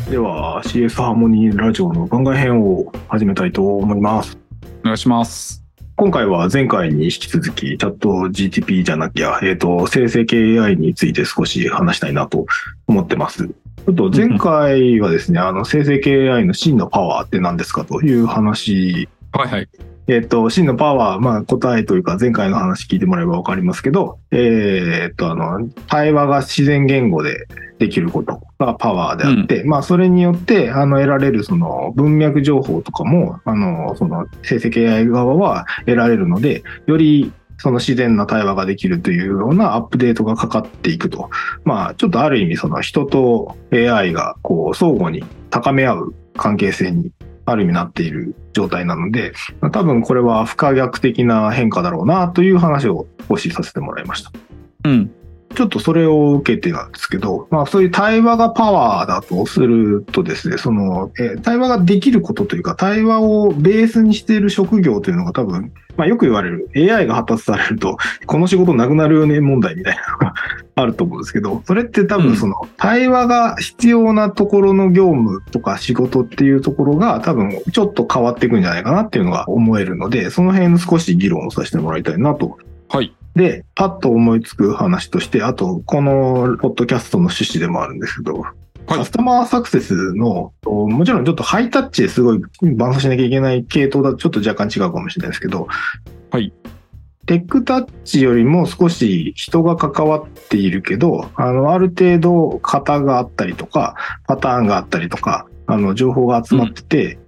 では CS ハーモニーラジオの番外編を始めたいと思います。 お願いします。 今回は前回に引き続きチャット GTP じゃなきゃ、生成系 AI について少し話したいなと思ってます。ちょっと前回はですね、生成系 AI の真のパワーって何ですかという話。 はいはい。 真のパワー、答えというか前回の話聞いてもらえばわかりますけど、対話が自然言語でできることがパワーであって、それによって得られるその文脈情報とかもその生成系 AI 側は得られるので、よりその自然な対話ができるというようなアップデートがかかっていくと。ちょっとある意味その人と AI がこう相互に高め合う関係性にある意味なっている状態なので、多分これは不可逆的な変化だろうなという話を少しさせてもらいました。ちょっとそれを受けてなんですけど、そういう対話がパワーだとするとですね、その、対話ができることというか、対話をベースにしている職業というのが多分、よく言われる AI が発達されると、この仕事なくなるよね問題みたいなのがあると思うんですけど、それって多分その、対話が必要なところの業務とか仕事っていうところが多分ちょっと変わっていくんじゃないかなっていうのが思えるので、その辺少し議論をさせてもらいたいなと。 はい。 で、パッと思いつく話として、あと、このポッドキャストの趣旨でもあるんですけど、カスタマーサクセスの、もちろんちょっとハイタッチですごい伴走しなきゃいけない系統だとちょっと若干違うかもしれないですけど、 はい。 テックタッチよりも少し人が関わっているけど、ある程度型があったりとか、パターンがあったりとか、情報が集まってて、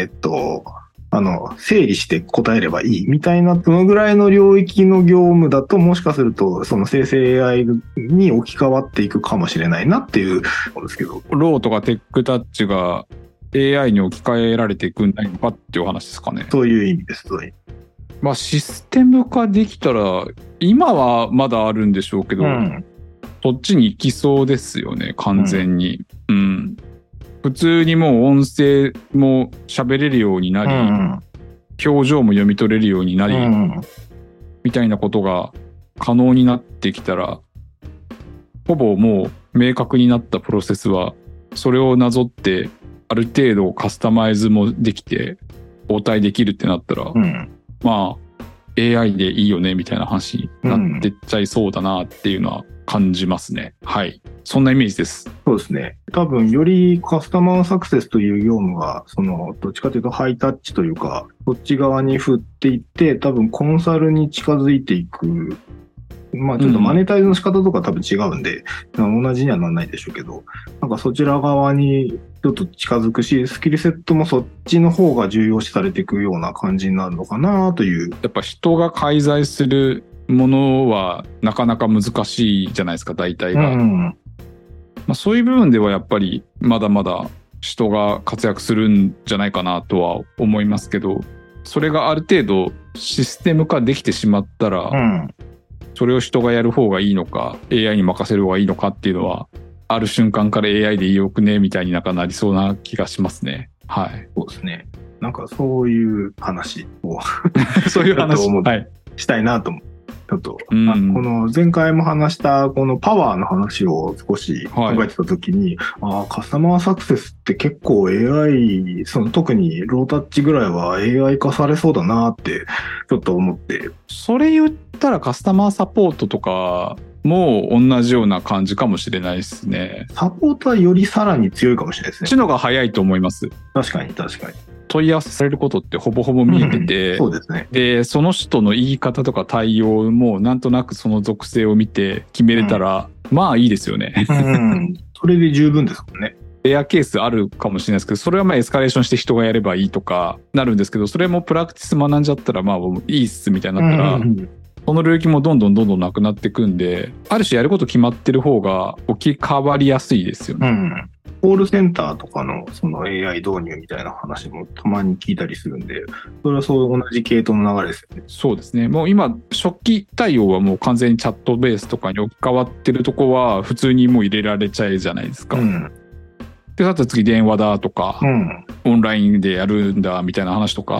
整理して答えればいいみたいな、そのぐらいの領域の業務だと、もしかすると、その生成 AI に置き換わっていくかもしれないなっていうことですけど。 ローとかテックタッチが AI に置き換えられていくんじゃないのかっていう話ですかね。 そういう意味です。 システム化できたら、今はまだあるんでしょうけど、そっちに行きそうですよね、完全に。普通にもう音声も喋れるようになり、表情も読み取れるようになり、みたいなことが可能になってきたら、ほぼもう明確になったプロセスは、それをなぞってある程度カスタマイズもできて応対できるってなったら、AI でいいよねみたいな話になってっちゃいそうだなっていうのは感じますね。はい。そんなイメージです。 そうですね。多分よりカスタマーサクセスという業務が、どっちかというとハイタッチというか、そっち側に振っていって、多分コンサルに近づいていく。ちょっとマネタイズの仕方とか多分違うんで、同じにはならないでしょうけど、なんかそちら側にちょっと近づくし、スキルセットもそっちの方が重要視されていくような感じになるのかなという。 やっぱ人が介在するものはなかなか難しいじゃないですか、大体が。そういう部分ではやっぱりまだまだ人が活躍するんじゃないかなとは思いますけど、それがある程度システム化できてしまったら、それを人がやる方がいいのか AI に任せる方がいいのかっていうのは、ある瞬間から AI でいいよくねみたいになりそうな気がしますね。はい。 そうですね。なんかそういう話をそういう話をしたいなと思う。ちょっと、この前回も話したこのパワーの話を少し考えてたときに、カスタマーサクセスって結構 AI、特にロータッチぐらいは AI 化されそうだなってちょっと思って。 それ言ったらカスタマーサポートとかも同じような感じかもしれないですね。 サポートはよりさらに強いかもしれないですね。 そっちのが早いと思います。 確かに。 問い合わせされることってほぼほぼ見えてて、 そうですね。 で、その人の言い方とか対応もなんとなくその属性を見て決めれたら、いいですよね。 それで十分ですもんね。 レアケースあるかもしれないですけど、それはエスカレーションして人がやればいいとかなるんですけど、それもプラクティス学んじゃったらいいっすみたいになったら、その領域もどんどんなくなっていくんで、ある種やること決まってる方が置き換わりやすいですよね。 コールセンターとかのその AI 導入みたいな話もたまに聞いたりするんで、それはそう同じ系統の流れですよね。 そうですね。もう今初期対応はもう完全にチャットベースとかに置き換わってるとこは普通にもう入れられちゃえじゃないですか。で、あと次電話だとか、オンラインでやるんだみたいな話とか、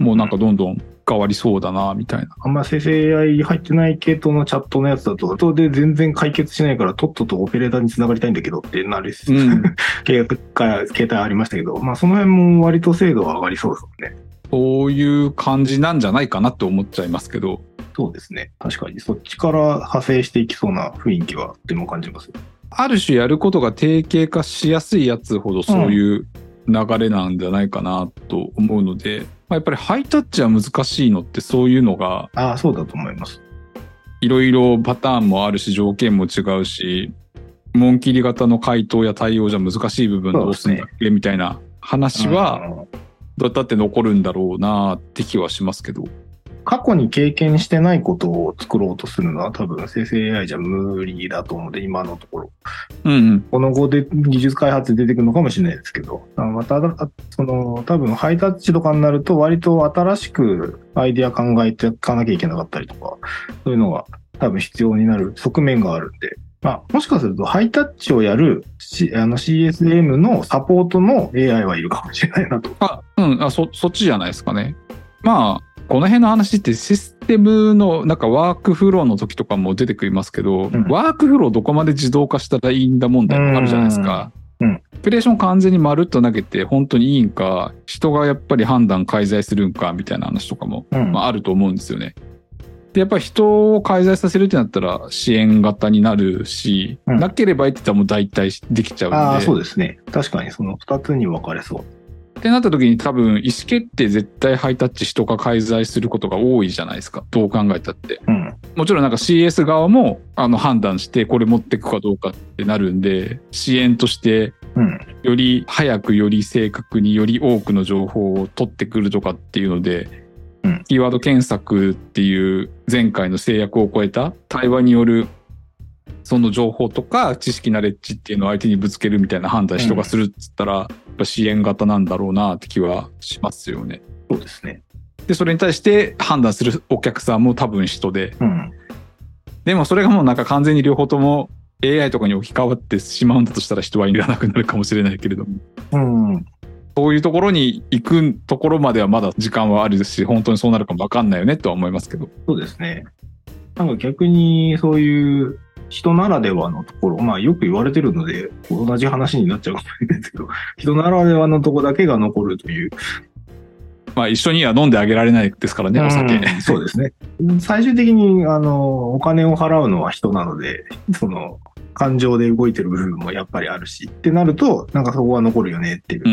もうなんかどんどん変わりそうだな、みたいな。 あんま生成 AI 入ってない系統のチャットのやつだと、後で全然解決しないから、とっととオペレーターに繋がりたいんだけどってなる、携帯ありましたけど、まあその辺も割と精度は上がりそうですもんね。 そういう感じなんじゃないかなって思っちゃいますけど。 そうですね。確かにそっちから派生していきそうな雰囲気はとても感じます。 ある種やることが定型化しやすいやつほどそういう流れなんじゃないかなと思うので、やっぱりハイタッチは難しいのってそういうのが、 そうだと思います。 いろいろパターンもあるし条件も違うし、紋切り型の回答や対応じゃ難しい部分どうするんだっけみたいな話はどうやったって残るんだろうなって気はしますけど。 過去に経験してないことを作ろうとするのは多分生成 AI じゃ無理だと思うので、今のところ。この後で技術開発で出てくるのかもしれないですけど、また、多分ハイタッチとかになると割と新しくアイディア考えていかなきゃいけなかったりとか、そういうのが多分必要になる側面があるんで、もしかするとハイタッチをやる、CSM のサポートの AI はいるかもしれないなと。 そっちじゃないですかね。この辺の話ってシステムのなんかワークフローの時とかも出てくりますけど、ワークフローどこまで自動化したらいいんだ問題もあるじゃないですか。オペレーション完全にまるっと投げて本当にいいんか、人がやっぱり判断介在するんかみたいな話とかも、あると思うんですよね。で、やっぱり人を介在させるってなったら支援型になるし、なければいいって言ったらもう大体できちゃうんで。 そうですね。確かにその2つに分かれそう。 ってなった時に多分意思決定絶対ハイタッチ人が介在することが多いじゃないですか。どう考えたって。もちろんなんか CS 側も判断してこれ持っていくかどうかってなるんで、支援としてより早くより正確により多くの情報を取ってくるとかっていうので、キーワード検索っていう前回の制約を超えた対話によるその情報とか知識ナレッジっていうのを相手にぶつけるみたいな判断人がするっつったら、やっぱ支援型なんだろうなって気はしますよね。 そうですね。 でそれに対して判断するお客さんも多分人で、でもそれがもうなんか完全に両方とも AI とかに置き換わってしまうんだとしたら人はいらなくなるかもしれないけれども、そういうところに行くところまではまだ時間はあるし、本当にそうなるかも分かんないよねとは思いますけど。 そうですね。なんか逆にそういう人ならではのところ、よく言われてるので同じ話になっちゃうかもしれないですけど、人ならではのところだけが残るという。 一緒には飲んであげられないですからね、お酒。 そうですね。最終的にお金を払うのは人なので、その感情で動いてる部分もやっぱりあるしってなると、なんかそこは残るよねっていう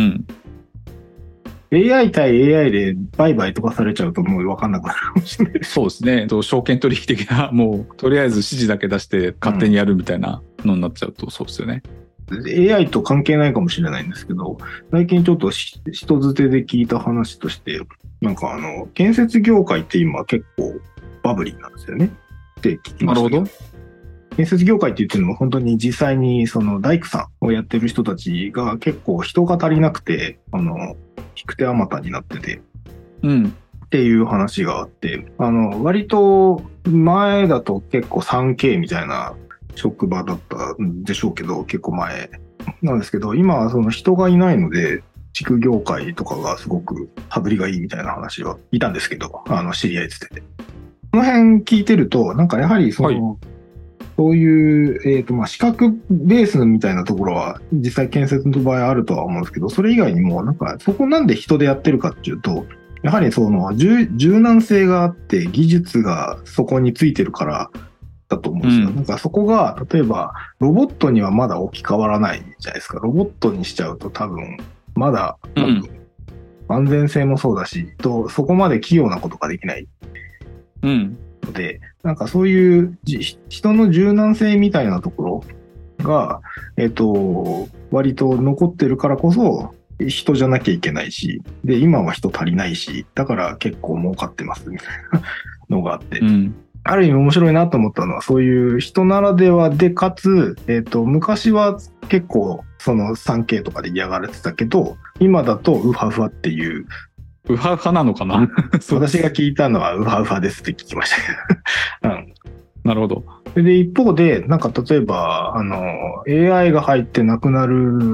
。AI 対 AI で売買とかされちゃうともう分かんなくなるかもしれない。 そうですね。証券取引的な、もうとりあえず指示だけ出して勝手にやるみたいなのになっちゃうとそうですよね。 AI と関係ないかもしれないんですけど、最近ちょっと人づてで聞いた話として、なんか建設業界って今結構バブリーなんですよねって聞きました。なるほど。建設業界って言ってるのも本当に実際にその大工さんをやってる人たちが結構人が足りなくて、引く手あまたになってて、っていう話があって、割と前だと結構 3K みたいな職場だったんでしょうけど、結構前なんですけど、今はその人がいないので、地区業界とかがすごく羽振りがいいみたいな話はいたんですけど、知り合いつってて。この辺聞いてると、なんかやはりそういう、資格ベースみたいなところは実際建設の場合あるとは思うんですけど、それ以外にもなんかそこなんで人でやってるかっていうと、やはりその柔軟性があって技術がそこについてるからだと思うんですよ。なんかそこが例えばロボットにはまだ置き換わらないじゃないですか。ロボットにしちゃうと多分まだ安全性もそうだし、そこまで器用なことができない。で、なんかそういう人の柔軟性みたいなところが、割と残ってるからこそ、人じゃなきゃいけないし、で、今は人足りないし、だから結構儲かってますみたいなのがあって、ある意味面白いなと思ったのは、そういう人ならではで、かつ、昔は結構その 3K とかで嫌がられてたけど、今だとウハウハっていう、 ウハウハなのかな私が聞いたのはウハウハですって聞きましたけど。 なるほど。 で、一方で、なんか例えば、AI が入ってなくなる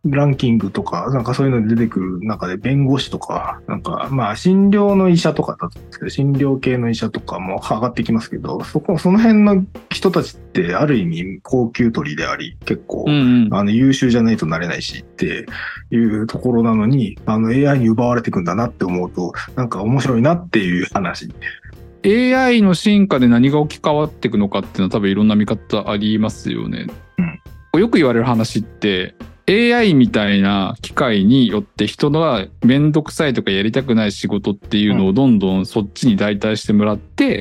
ランキングとか、なんかそういうのに出てくる中で弁護士とか、なんかまあ診療の医者とかだったんですけど、診療系の医者とかも上がってきますけど、その辺の人たちってある意味高級取りであり、結構、優秀じゃないとなれないしっていうところなのに、AI に奪われていくんだなって思うと、なんか面白いなっていう話。 AI の進化で何が置き換わっていくのかっていうのは多分いろんな見方ありますよね。よく言われる話って、AI みたいな機械によって人がめんどくさいとかやりたくない仕事っていうのをどんどんそっちに代替してもらって、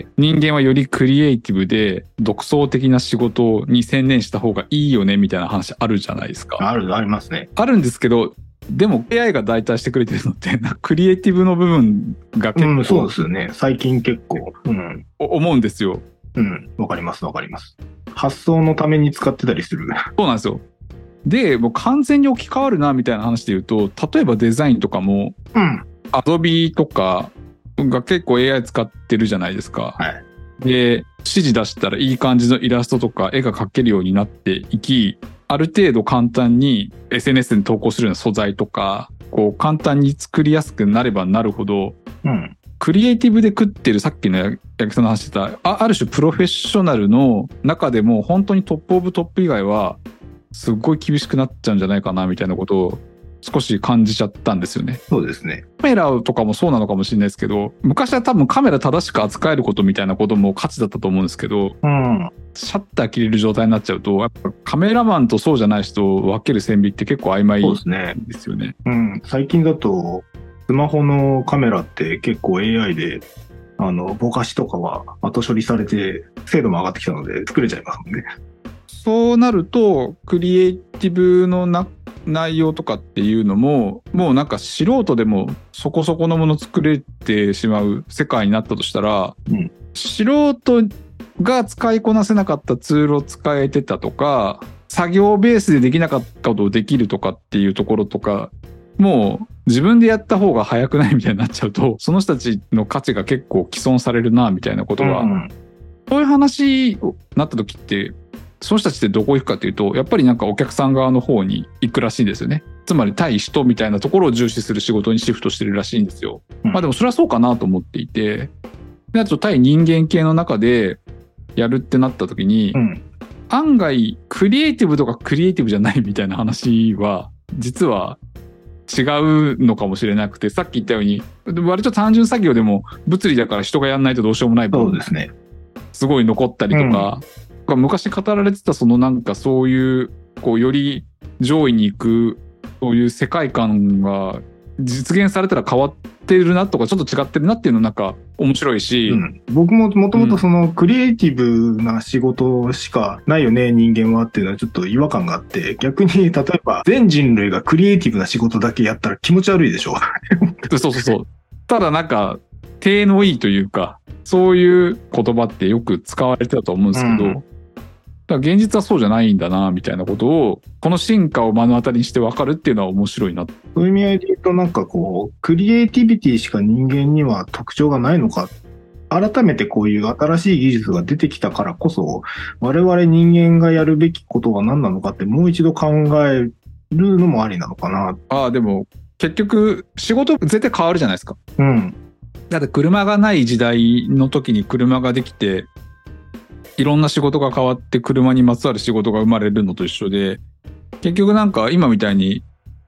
人間はよりクリエイティブで独創的な仕事に専念した方がいいよねみたいな話あるじゃないですか。 ありますね。 あるんですけど、でも AI が代替してくれてるのってクリエイティブの部分が結構、 そうですよね。最近結構、 思うんですよ。 わかります。発想のために使ってたりする。 そうなんですよ。で、もう完全に置き換わるなみたいな話で言うと、例えばデザインとかも、Adobe とかが結構 AI 使ってるじゃないですか。 はい。 で、指示出したらいい感じのイラストとか絵が描けるようになっていき、ある程度簡単に SNS に投稿するような素材とか、こう簡単に作りやすくなればなるほど、クリエイティブで食ってるさっきの八木さんの話してた、ある種プロフェッショナルの中でも本当にトップオブトップ以外は、すっごい厳しくなっちゃうんじゃないかなみたいなことを少し感じちゃったんですよね。 そうですね。 カメラとかもそうなのかもしれないですけど、昔は多分カメラ正しく扱えることみたいなことも価値だったと思うんですけど、シャッター切れる状態になっちゃうと、やっぱカメラマンとそうじゃない人を分ける線引きって結構曖昧ですよね。 最近だとスマホのカメラって結構 AI でぼかしとかは後処理されて精度も上がってきたので作れちゃいますもんね。 そうなるとクリエイティブの内容とかっていうのももうなんか素人でもそこそこのもの作れてしまう世界になったとしたら、素人が使いこなせなかったツールを使えてたとか、作業ベースでできなかったことをできるとかっていうところとか、もう自分でやった方が早くないみたいになっちゃうと、その人たちの価値が結構毀損されるなみたいなことが、そういう話になった時ってその人たちってどこ行くかというと、やっぱりなんかお客さん側の方に行くらしいんですよね。つまり対人みたいなところを重視する仕事にシフトしてるらしいんですよ。まあでもそれはそうかなと思っていて、であと対人間系の中でやるってなった時に、案外クリエイティブとかクリエイティブじゃないみたいな話は実は違うのかもしれなくて、さっき言ったように割と単純作業でも物理だから人がやんないとどうしようもない部分すごい残ったりとか、昔語られてたそのなんかそういうこうより上位に行くそういう世界観が実現されたら変わってるなとかちょっと違ってるなっていうのなんか面白いし、 僕ももともとそのクリエイティブな仕事しかないよね、人間はっていうのはちょっと違和感があって、逆に例えば全人類がクリエイティブな仕事だけやったら気持ち悪いでしょ。 そうただなんか体のいいというかそういう言葉ってよく使われてたと思うんですけど、だから現実はそうじゃないんだなみたいなことをこの進化を目の当たりにして分かるっていうのは面白いな。 そういう意味合いで言うとなんかこうクリエイティビティしか人間には特徴がないのか、改めてこういう新しい技術が出てきたからこそ我々人間がやるべきことは何なのかってもう一度考えるのもありなのかな。 でも結局仕事絶対変わるじゃないですか。だって車がない時代の時に車ができていろんな仕事が変わって車にまつわる仕事が生まれるのと一緒で、結局なんか今みたいに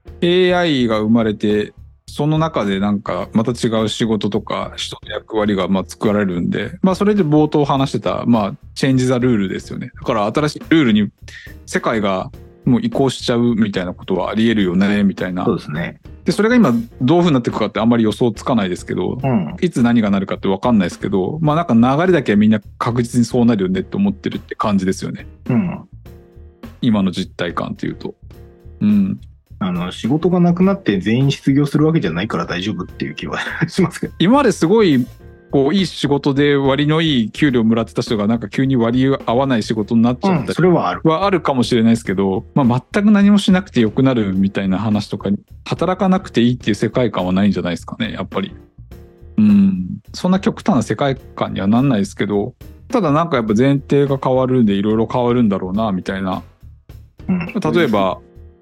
AI が生まれてその中でなんかまた違う仕事とか人の役割が作られるんで、それで冒頭話してたチェンジザルールですよね。だから新しいルールに世界がもう移行しちゃうみたいなことはあり得るよねみたいな。 そうですね。 でそれが今どういう風になっていくかってあんまり予想つかないですけど、いつ何がなるかって分かんないですけど、なんか流れだけはみんな確実にそうなるよねって思ってるって感じですよね。今の実体感っていうと、 仕事がなくなって全員失業するわけじゃないから大丈夫っていう気はしますけど、 今まですごいこういい仕事で割のいい給料もらってた人がなんか急に割合わない仕事になっちゃったり、 それはあるかもしれないですけど、全く何もしなくてよくなるみたいな話とかに働かなくていいっていう世界観はないんじゃないですかね、やっぱり。そんな極端な世界観にはなんないですけど、ただなんかやっぱ前提が変わるんでいろいろ変わるんだろうなみたいな。例えば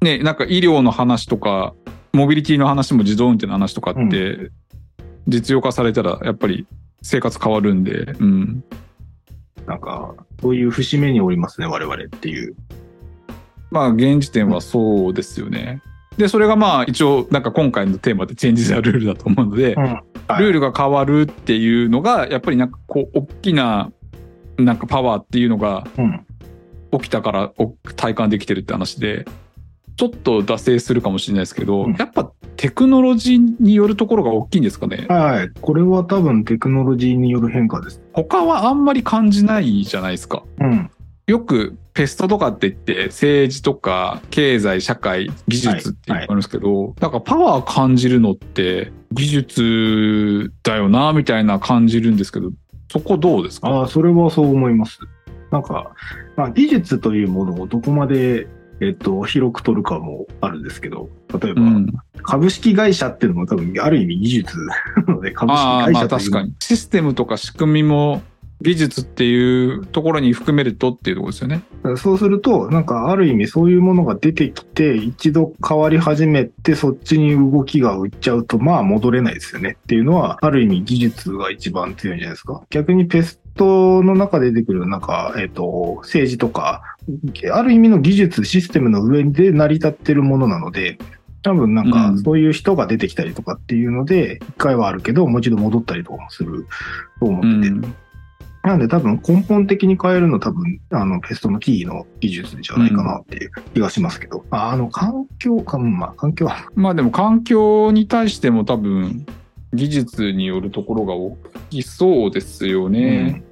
ね、なんか医療の話とか、モビリティの話も自動運転の話とかって、実用化されたらやっぱり生活変わるんで、うん。 なんか、そういう節目におりますね、我々っていう。 まあ、現時点はそうですよね。で、それがまあ、一応、なんか今回のテーマでチェンジ・ザ・ルールだと思うので、ルールが変わるっていうのが、やっぱりなんかこう、大きな、なんかパワーっていうのが、起きたから体感できてるって話で、ちょっと惰性するかもしれないですけど、やっぱテクノロジーによるところが大きいんですかね。 はい。これは多分テクノロジーによる変化です。 他はあんまり感じないじゃないですか。よくペストとかって言って政治とか経済、社会、技術って言われるんですけど、なんかパワー感じるのって技術だよなみたいな感じるんですけど、そこどうですか？ それはそう思います。なんか、まあ、技術というものをどこまで広く取るかもあるんですけど、例えば、株式会社っていうのも多分ある意味技術なので、株式会社という。 まあ確かに。システムとか仕組みも技術っていうところに含めるとっていうところですよね。 そうすると、なんかある意味そういうものが出てきて、一度変わり始めて、そっちに動きが浮いちゃうと、まあ戻れないですよねっていうのは、ある意味技術が一番強いんじゃないですか。逆にペストの中で出てくる、なんか、政治とか、ある意味の技術、システムの上で成り立ってるものなので、多分なんか、そういう人が出てきたりとかっていうので、一回はあるけど、もう一度戻ったりとかもすると思ってて。なので多分根本的に変えるの多分、ペストのキーの技術じゃないかなっていう気がしますけど。環境か、環境は。 まあでも環境に対しても多分、技術によるところが大きそうですよね。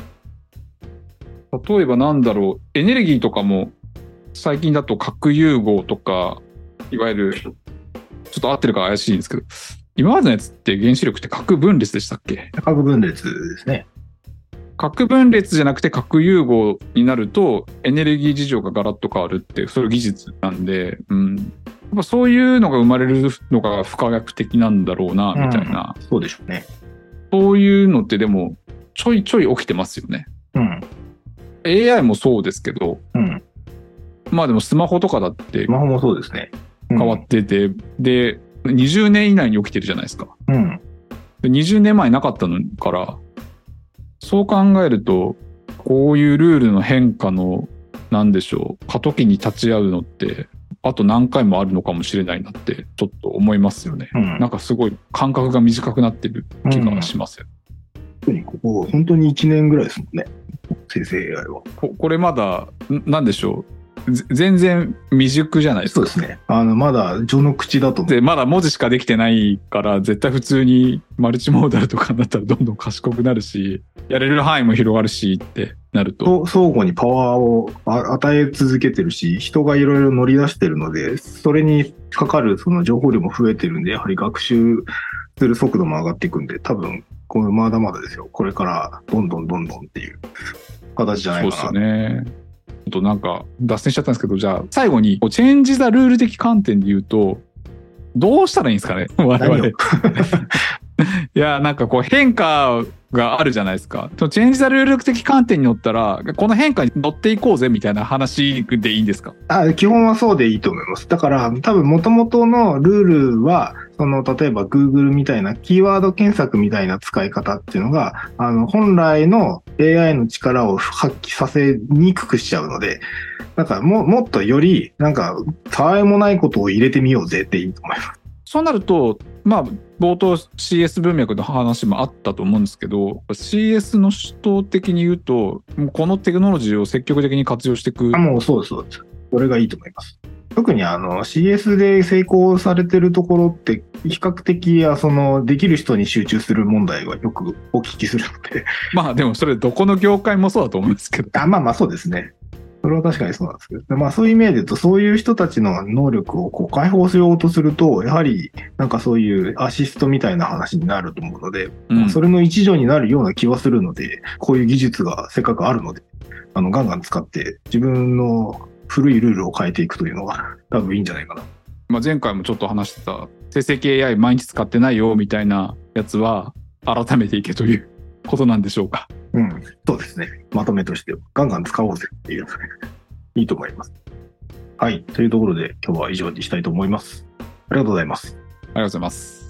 例えばなんだろう、エネルギーとかも、最近だと核融合とか、いわゆる、ちょっと合ってるか怪しいんですけど、今までのやつって原子力って核分裂でしたっけ？ 核分裂ですね。 核分裂じゃなくて核融合になるとエネルギー事情がガラッと変わるってそういう技術なんで、やっぱそういうのが生まれるのが不可逆的なんだろうなみたいな、 そうでしょうね。 そういうのってでもちょいちょい起きてますよね。AI もそうですけど、まあでもスマホとかだってスマホもそうですね。 変わってて、で20年以内に起きてるじゃないですか。で20年前なかったのから。そう考えると、こういうルールの変化の、なんでしょう、過渡期に立ち会うのって、あと何回もあるのかもしれないなって、ちょっと思いますよね。なんかすごい間隔が短くなってる気がしますよ。 ここ、本当に1年ぐらいですもんね。生成 AI は。 これまだ、なんでしょう。全然未熟じゃないですか。 そうですね。まだ序の口だと思う。 で、まだ文字しかできてないから、絶対普通にマルチモーダルとかになったらどんどん賢くなるし、やれる範囲も広がるしってなると。 相互にパワーを与え続けてるし、人がいろいろ乗り出してるので、それにかかるその情報量も増えてるんで、やはり学習する速度も上がっていくんで、多分、これまだまだですよ。これからどんどんっていう形じゃないかな。 そうですよね。なんか脱線しちゃったんですけど、じゃあ最後にチェンジ・ザ・ルール的観点で言うとどうしたらいいんですかね我々。いやなんかこう変化があるじゃないですか。チェンジ・ザ・ルール的観点に乗ったらこの変化に乗っていこうぜみたいな話でいいんですか？ 基本はそうでいいと思います。だから多分元々のルールは例えば Google みたいなキーワード検索みたいな使い方っていうのが本来の AI の力を発揮させにくくしちゃうので、なんかもっとよりなんかたわいもないことを入れてみようぜっていいと思います。 そうなるとまあ冒頭 CS 文脈の話もあったと思うんですけど、 CS の主導的に言うとこのテクノロジーを積極的に活用していく。 もうそうです。これがいいと思います。特にCS で成功されてるところって比較的できる人に集中する問題はよくお聞きするので。 まあでもそれどこの業界もそうだと思うんですけど。 まあそうですね。それは確かにそうなんですけど、まあそういう意味で言うと、そういう人たちの能力をこう解放しようとすると、やはりなんかそういうアシストみたいな話になると思うので、それの一助になるような気はするので、こういう技術がせっかくあるので、ガンガン使って自分の古いルールを変えていくというのが多分いいんじゃないかな。 まあ前回もちょっと話してた生成系 AI 毎日使ってないよみたいなやつは改めていけということなんでしょうか。 そうですね。まとめとしてガンガン使おうぜっていういいと思います。 はい。というところで今日は以上にしたいと思います。ありがとうございます。 ありがとうございます。